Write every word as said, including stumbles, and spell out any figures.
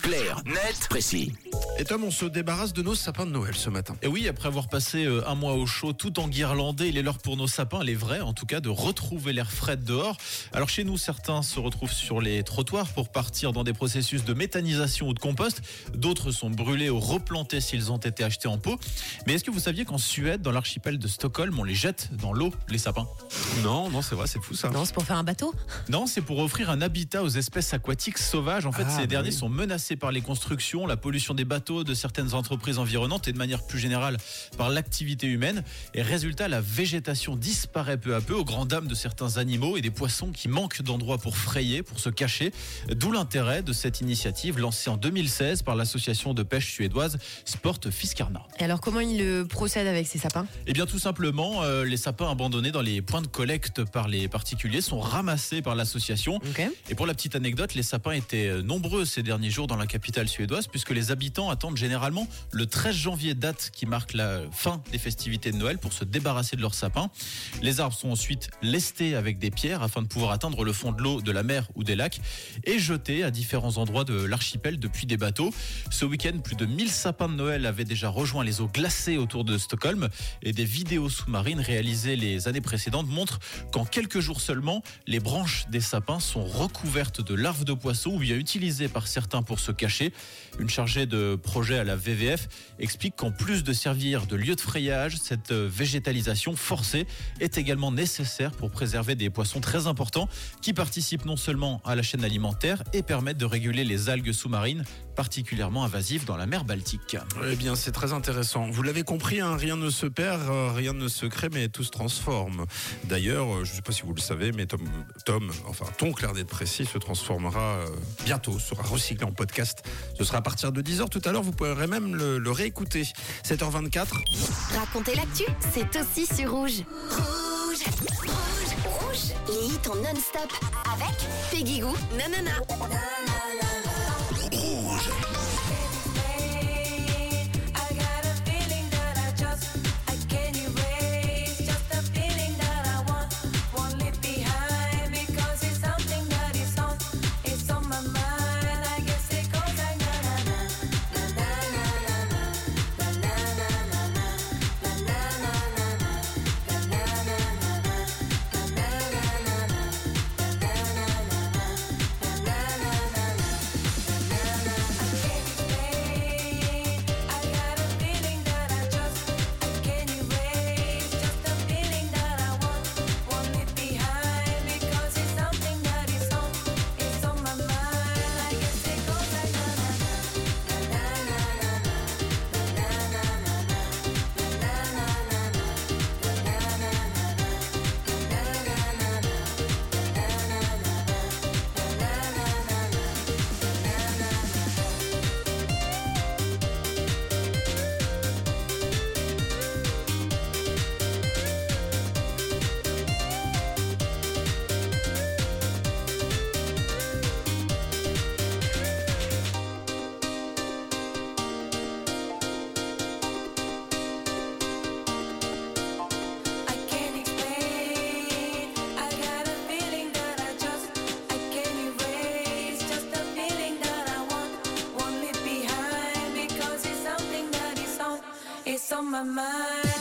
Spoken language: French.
Clair, net, précis. Et Tom, on se débarrasse de nos sapins de Noël ce matin. Et oui, après avoir passé euh, un mois au chaud, tout enguirlandé, il est l'heure pour nos sapins, les vrais en tout cas, de retrouver l'air frais dehors. Alors chez nous, certains se retrouvent sur les trottoirs pour partir dans des processus de méthanisation ou de compost. D'autres sont brûlés ou replantés s'ils ont été achetés en pot. Mais est-ce que vous saviez qu'en Suède, dans l'archipel de Stockholm, on les jette dans l'eau, les sapins ? Non, non, c'est vrai, c'est fou ça. Non, c'est pour faire un bateau. Non, c'est pour offrir un habitat aux espèces aquatiques sauvages. En fait, Ah, ces bah derniers oui. sont menacés par les constructions, la pollution des bateaux, de certaines entreprises environnantes et de manière plus générale par l'activité humaine. Et résultat, la végétation disparaît peu à peu aux grandes dames de certains animaux et des poissons qui manquent d'endroits pour frayer, pour se cacher. D'où l'intérêt de cette initiative lancée en deux mille seize par l'association de pêche suédoise Sportfiskarna. Et alors, comment il euh, procède avec ces sapins ? Eh bien, tout simplement, euh, les sapins abandonnés dans les points de collecte par les particuliers sont ramassés par l'association. Ok. Et pour la petite anecdote, les sapins étaient nombreux ces derniers jours dans la capitale suédoise puisque les habitants attendent généralement le treize janvier, date qui marque la fin des festivités de Noël, pour se débarrasser de leurs sapins. Les arbres sont ensuite lestés avec des pierres afin de pouvoir atteindre le fond de l'eau de la mer ou des lacs et jetés à différents endroits de l'archipel depuis des bateaux. Ce week-end, plus de mille sapins de Noël avaient déjà rejoint les eaux glacées autour de Stockholm et des vidéos sous-marines réalisées les années précédentes montrent qu'en quelques jours seulement, les branches des sapins sont recouvertes de larves de poissons ou bien utilisées par certains pour se cacher. Une chargée de projet à la V V F explique qu'en plus de servir de lieu de frayage, cette végétalisation forcée est également nécessaire pour préserver des poissons très importants qui participent non seulement à la chaîne alimentaire et permettent de réguler les algues sous-marines particulièrement invasives dans la mer Baltique. Eh bien, c'est très intéressant. Vous l'avez compris, hein, rien ne se perd, euh, rien ne se crée, mais tout se transforme. D'ailleurs, euh, je ne sais pas si vous le savez, mais Tom, Tom enfin, ton Clair d'être précis se transformera euh, bientôt, sera recyclé en podcast. Ce sera à partir de dix heures tout à l'heure. Vous pourrez même le, le réécouter. sept heures vingt-quatre. Racontez l'actu, c'est aussi sur Rouge. Rouge, rouge, rouge. Les hits en non-stop avec Peggy Gou, nanana. Rouge. It's on my mind.